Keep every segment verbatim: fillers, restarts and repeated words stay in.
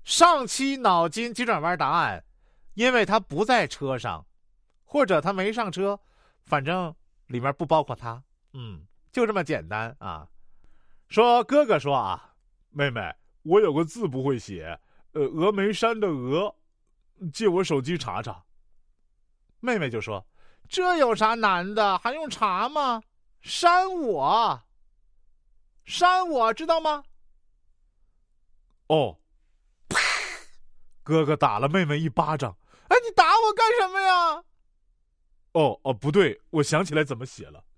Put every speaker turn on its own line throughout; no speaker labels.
上期脑筋急转弯答案，因为他不在车上，或者他没上车，反正里面不包括他。嗯，就这么简单啊。说哥哥说啊，妹妹，我有个字不会写，呃，峨眉山的峨，借我手机查查。妹妹就说，这有啥难的，还用查吗？删我，删我，知道吗？哦，哥哥打了妹妹一巴掌。哎，你打我干什么呀？哦哦，不对，我想起来怎么写了。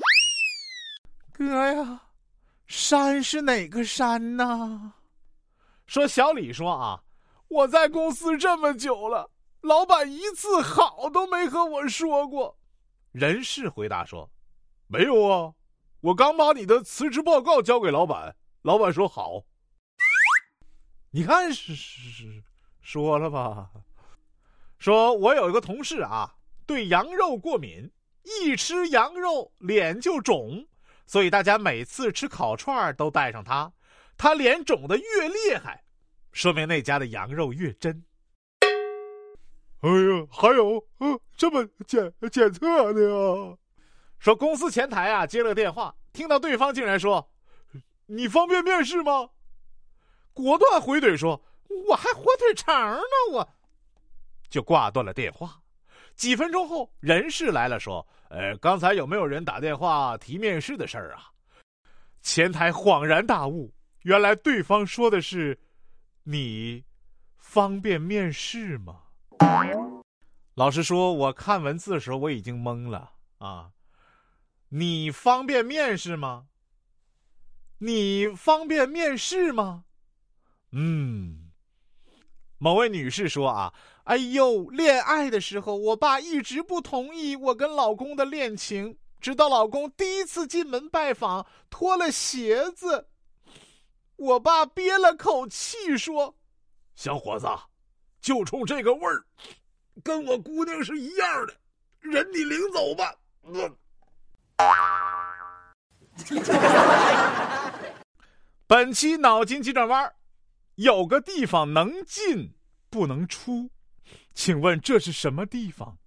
哥呀，山是哪个山呢？说小李说啊，我在公司这么久了，老板一次好都没和我说过。人事回答说，没有啊，我刚把你的辞职报告交给老板，老板说好。你看是是是说了吧。说我有一个同事啊，对羊肉过敏，一吃羊肉脸就肿，所以大家每次吃烤串都带上它，他脸肿得越厉害，说明那家的羊肉越真。哎呀，还有、呃、这么检检测的呀？说公司前台啊接了个电话，听到对方竟然说，你方便面试吗？果断回怼说，我还火腿肠呢，我就挂断了电话。几分钟后，人事来了，说，呃，刚才有没有人打电话提面试的事儿啊？前台恍然大悟，原来对方说的是，你方便面试吗？老实说，我看文字的时候我已经懵了啊！你方便面试吗？你方便面试吗？嗯，某位女士说啊，哎呦，恋爱的时候，我爸一直不同意我跟老公的恋情，直到老公第一次进门拜访，脱了鞋子，我爸憋了口气说，小伙子，就冲这个味儿，跟我姑娘是一样的，人你领走吧。嗯、本期脑筋急转弯，有个地方能进不能出，请问这是什么地方？